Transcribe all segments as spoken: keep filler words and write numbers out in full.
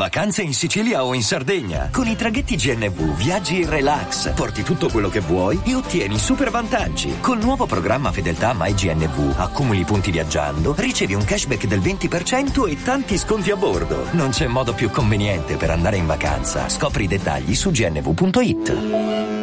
Vacanze in Sicilia o in Sardegna. Con i traghetti G N V viaggi in relax, porti tutto quello che vuoi e ottieni super vantaggi. Col nuovo programma Fedeltà MyGNV accumuli punti viaggiando, ricevi un cashback del venti per cento e tanti sconti a bordo. Non c'è modo più conveniente per andare in vacanza. Scopri i dettagli su g n v punto i t.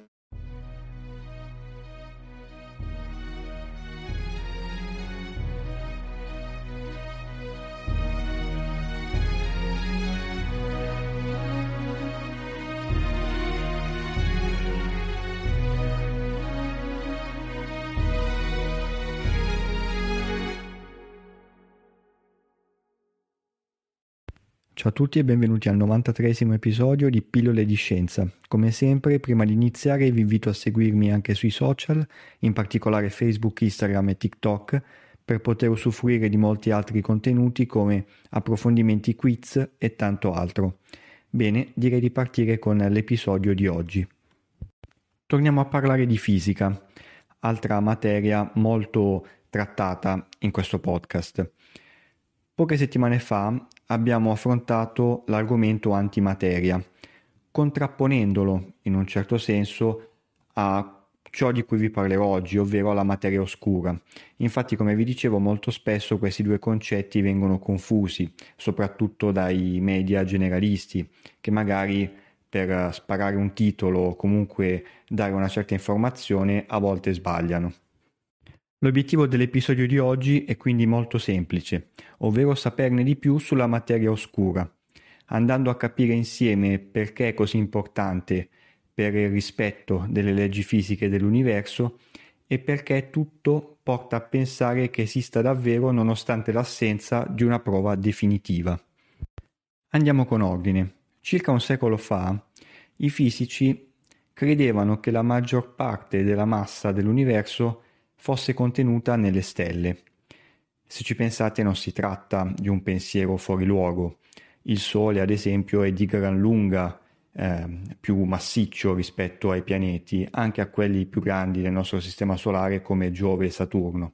Ciao a tutti e benvenuti al novantatreesimo episodio di Pillole di Scienza. Come sempre, prima di iniziare vi invito a seguirmi anche sui social, in particolare Facebook, Instagram e TikTok, per poter usufruire di molti altri contenuti come approfondimenti, quiz e tanto altro. Bene, direi di partire con l'episodio di oggi. Torniamo a parlare di fisica, altra materia molto trattata in questo podcast. Poche settimane fa abbiamo affrontato l'argomento antimateria, contrapponendolo in un certo senso a ciò di cui vi parlerò oggi, ovvero la materia oscura. Infatti, come vi dicevo, molto spesso questi due concetti vengono confusi, soprattutto dai media generalisti, che magari per sparare un titolo o comunque dare una certa informazione a volte sbagliano. L'obiettivo dell'episodio di oggi è quindi molto semplice, ovvero saperne di più sulla materia oscura, andando a capire insieme perché è così importante per il rispetto delle leggi fisiche dell'universo e perché tutto porta a pensare che esista davvero nonostante l'assenza di una prova definitiva. Andiamo con ordine. Circa un secolo fa, i fisici credevano che la maggior parte della massa dell'universo fosse contenuta nelle stelle. Se ci pensate, non si tratta di un pensiero fuori luogo. Il Sole, ad esempio, è di gran lunga eh, più massiccio rispetto ai pianeti, anche a quelli più grandi del nostro sistema solare come Giove e Saturno.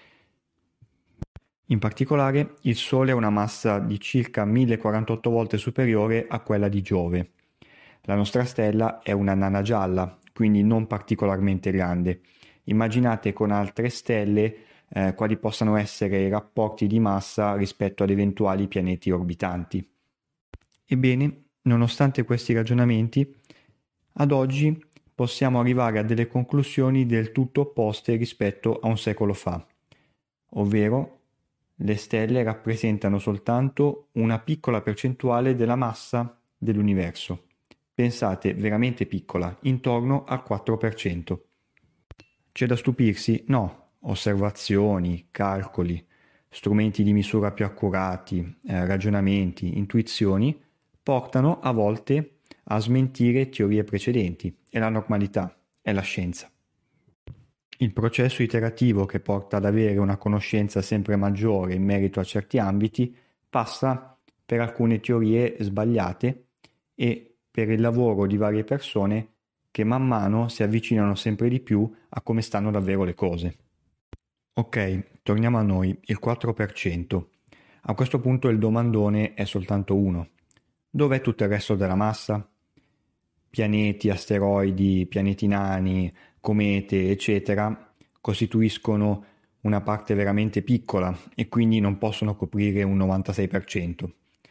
In particolare, il Sole ha una massa di circa mille quarantotto volte superiore a quella di Giove. La nostra stella è una nana gialla, quindi non particolarmente grande. Immaginate con altre stelle eh, quali possano essere i rapporti di massa rispetto ad eventuali pianeti orbitanti. Ebbene, nonostante questi ragionamenti, ad oggi possiamo arrivare a delle conclusioni del tutto opposte rispetto a un secolo fa, ovvero le stelle rappresentano soltanto una piccola percentuale della massa dell'universo. Pensate, veramente piccola, intorno al quattro per cento. C'è da stupirsi? No. Osservazioni, calcoli, strumenti di misura più accurati, eh, ragionamenti, intuizioni portano a volte a smentire teorie precedenti. È la normalità, è la scienza. Il processo iterativo che porta ad avere una conoscenza sempre maggiore in merito a certi ambiti passa per alcune teorie sbagliate e per il lavoro di varie persone che man mano si avvicinano sempre di più a come stanno davvero le cose. Ok, torniamo a noi, il quattro per cento. A questo punto il domandone è soltanto uno. Dov'è tutto il resto della massa? Pianeti, asteroidi, pianeti nani, comete, eccetera, costituiscono una parte veramente piccola e quindi non possono coprire un novantasei per cento.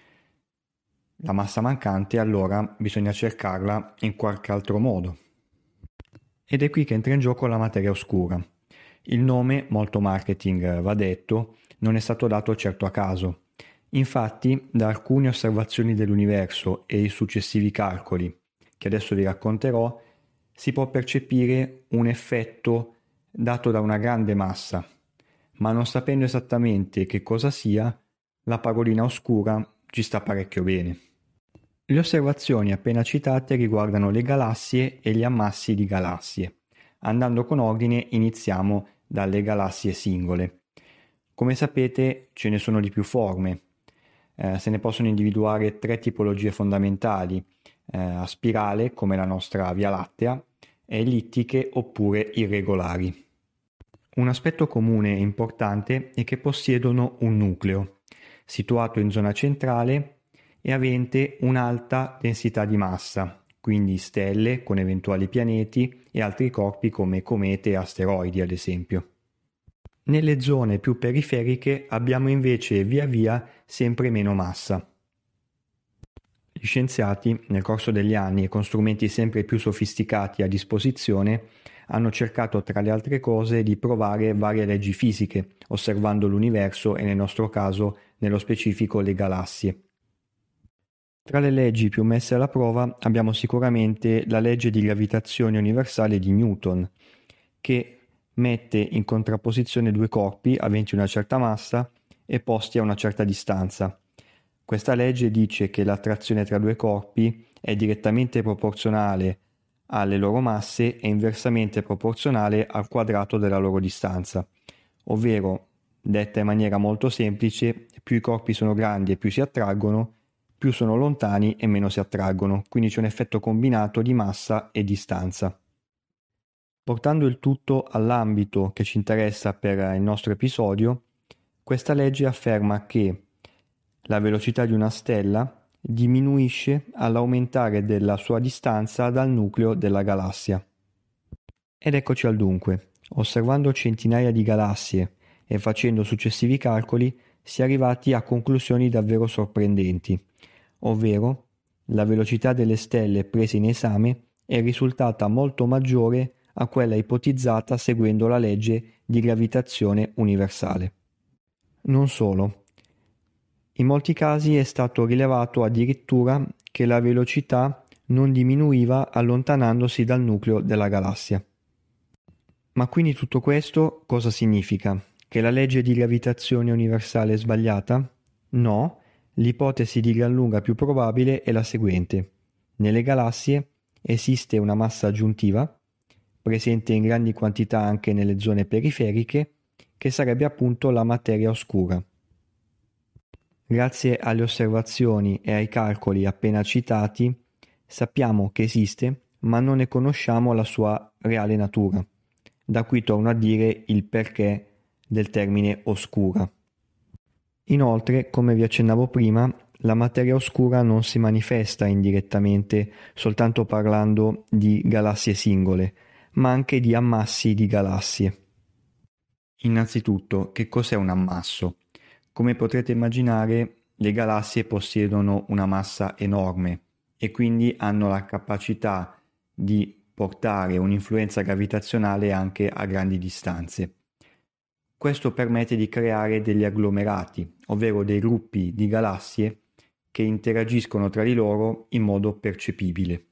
La massa mancante, allora, bisogna cercarla in qualche altro modo. Ed è qui che entra in gioco la materia oscura. Il nome, molto marketing va detto, non è stato dato certo a caso. Infatti, da alcune osservazioni dell'universo e i successivi calcoli, che adesso vi racconterò, si può percepire un effetto dato da una grande massa, ma non sapendo esattamente che cosa sia, la parolina oscura ci sta parecchio bene. Le osservazioni appena citate riguardano le galassie e gli ammassi di galassie. Andando con ordine, iniziamo dalle galassie singole. Come sapete, ce ne sono di più forme. Eh, se ne possono individuare tre tipologie fondamentali, eh, a spirale, come la nostra Via Lattea, e ellittiche oppure irregolari. Un aspetto comune e importante è che possiedono un nucleo, situato in zona centrale e avente un'alta densità di massa, quindi stelle con eventuali pianeti e altri corpi come comete e asteroidi ad esempio. Nelle zone più periferiche abbiamo invece via via sempre meno massa. Gli scienziati, nel corso degli anni e con strumenti sempre più sofisticati a disposizione, hanno cercato tra le altre cose di provare varie leggi fisiche, osservando l'universo e nel nostro caso, nello specifico, le galassie. Tra le leggi più messe alla prova abbiamo sicuramente la legge di gravitazione universale di Newton, che mette in contrapposizione due corpi aventi una certa massa e posti a una certa distanza. Questa legge dice che l'attrazione tra due corpi è direttamente proporzionale alle loro masse e inversamente proporzionale al quadrato della loro distanza, ovvero, detta in maniera molto semplice, più i corpi sono grandi e più si attraggono, più sono lontani e meno si attraggono, quindi c'è un effetto combinato di massa e distanza. Portando il tutto all'ambito che ci interessa per il nostro episodio, questa legge afferma che la velocità di una stella diminuisce all'aumentare della sua distanza dal nucleo della galassia. Ed eccoci al dunque. Osservando centinaia di galassie e facendo successivi calcoli, si è arrivati a conclusioni davvero sorprendenti, ovvero la velocità delle stelle prese in esame è risultata molto maggiore a quella ipotizzata seguendo la legge di gravitazione universale. Non solo. In molti casi è stato rilevato addirittura che la velocità non diminuiva allontanandosi dal nucleo della galassia. Ma quindi tutto questo cosa significa? Che la legge di gravitazione universale è sbagliata? No, l'ipotesi di gran lunga più probabile è la seguente. Nelle galassie esiste una massa aggiuntiva, presente in grandi quantità anche nelle zone periferiche, che sarebbe appunto la materia oscura. Grazie alle osservazioni e ai calcoli appena citati, sappiamo che esiste, ma non ne conosciamo la sua reale natura. Da qui torno a dire il perché del termine oscura. Inoltre, come vi accennavo prima, la materia oscura non si manifesta indirettamente soltanto parlando di galassie singole, ma anche di ammassi di galassie. Innanzitutto, che cos'è un ammasso? Come potrete immaginare, le galassie possiedono una massa enorme e quindi hanno la capacità di portare un'influenza gravitazionale anche a grandi distanze. Questo permette di creare degli agglomerati, ovvero dei gruppi di galassie che interagiscono tra di loro in modo percepibile.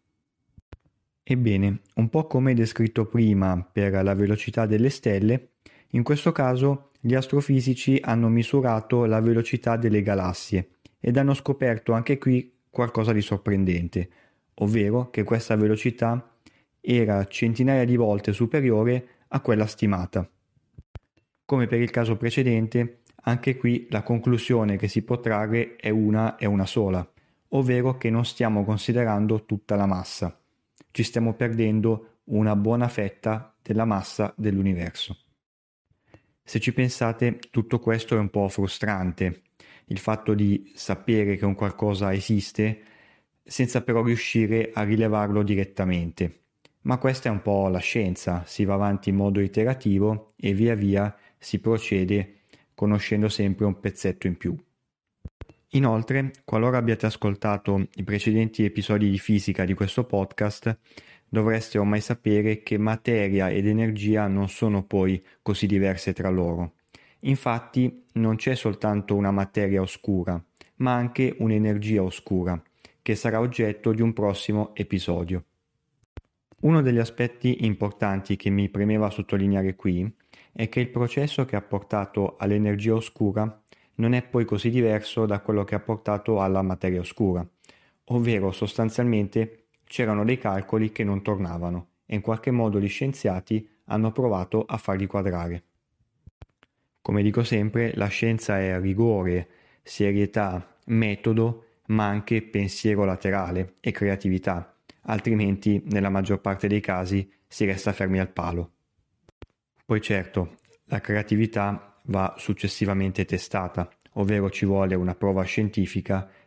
Ebbene, un po' come descritto prima per la velocità delle stelle, in questo caso gli astrofisici hanno misurato la velocità delle galassie ed hanno scoperto anche qui qualcosa di sorprendente, ovvero che questa velocità era centinaia di volte superiore a quella stimata. Come per il caso precedente, anche qui la conclusione che si può trarre è una e una sola, ovvero che non stiamo considerando tutta la massa. Ci stiamo perdendo una buona fetta della massa dell'universo. Se ci pensate, tutto questo è un po' frustrante, il fatto di sapere che un qualcosa esiste senza però riuscire a rilevarlo direttamente. Ma questa è un po' la scienza, si va avanti in modo iterativo e via via si procede conoscendo sempre un pezzetto in più. Inoltre, qualora abbiate ascoltato i precedenti episodi di fisica di questo podcast, dovreste ormai sapere che materia ed energia non sono poi così diverse tra loro. Infatti non c'è soltanto una materia oscura, ma anche un'energia oscura, che sarà oggetto di un prossimo episodio. Uno degli aspetti importanti che mi premeva sottolineare qui è che il processo che ha portato all'energia oscura non è poi così diverso da quello che ha portato alla materia oscura, ovvero sostanzialmente c'erano dei calcoli che non tornavano e in qualche modo gli scienziati hanno provato a farli quadrare. Come dico sempre, la scienza è rigore, serietà, metodo, ma anche pensiero laterale e creatività, altrimenti nella maggior parte dei casi si resta fermi al palo. Poi certo, la creatività va successivamente testata, ovvero ci vuole una prova scientifica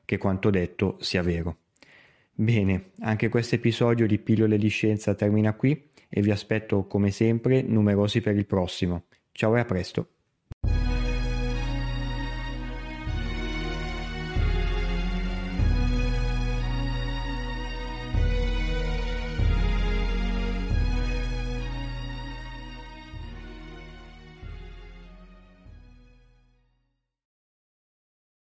che quanto detto sia vero. Bene, anche questo episodio di Pillole di Scienza termina qui e vi aspetto come sempre numerosi per il prossimo. Ciao e a presto!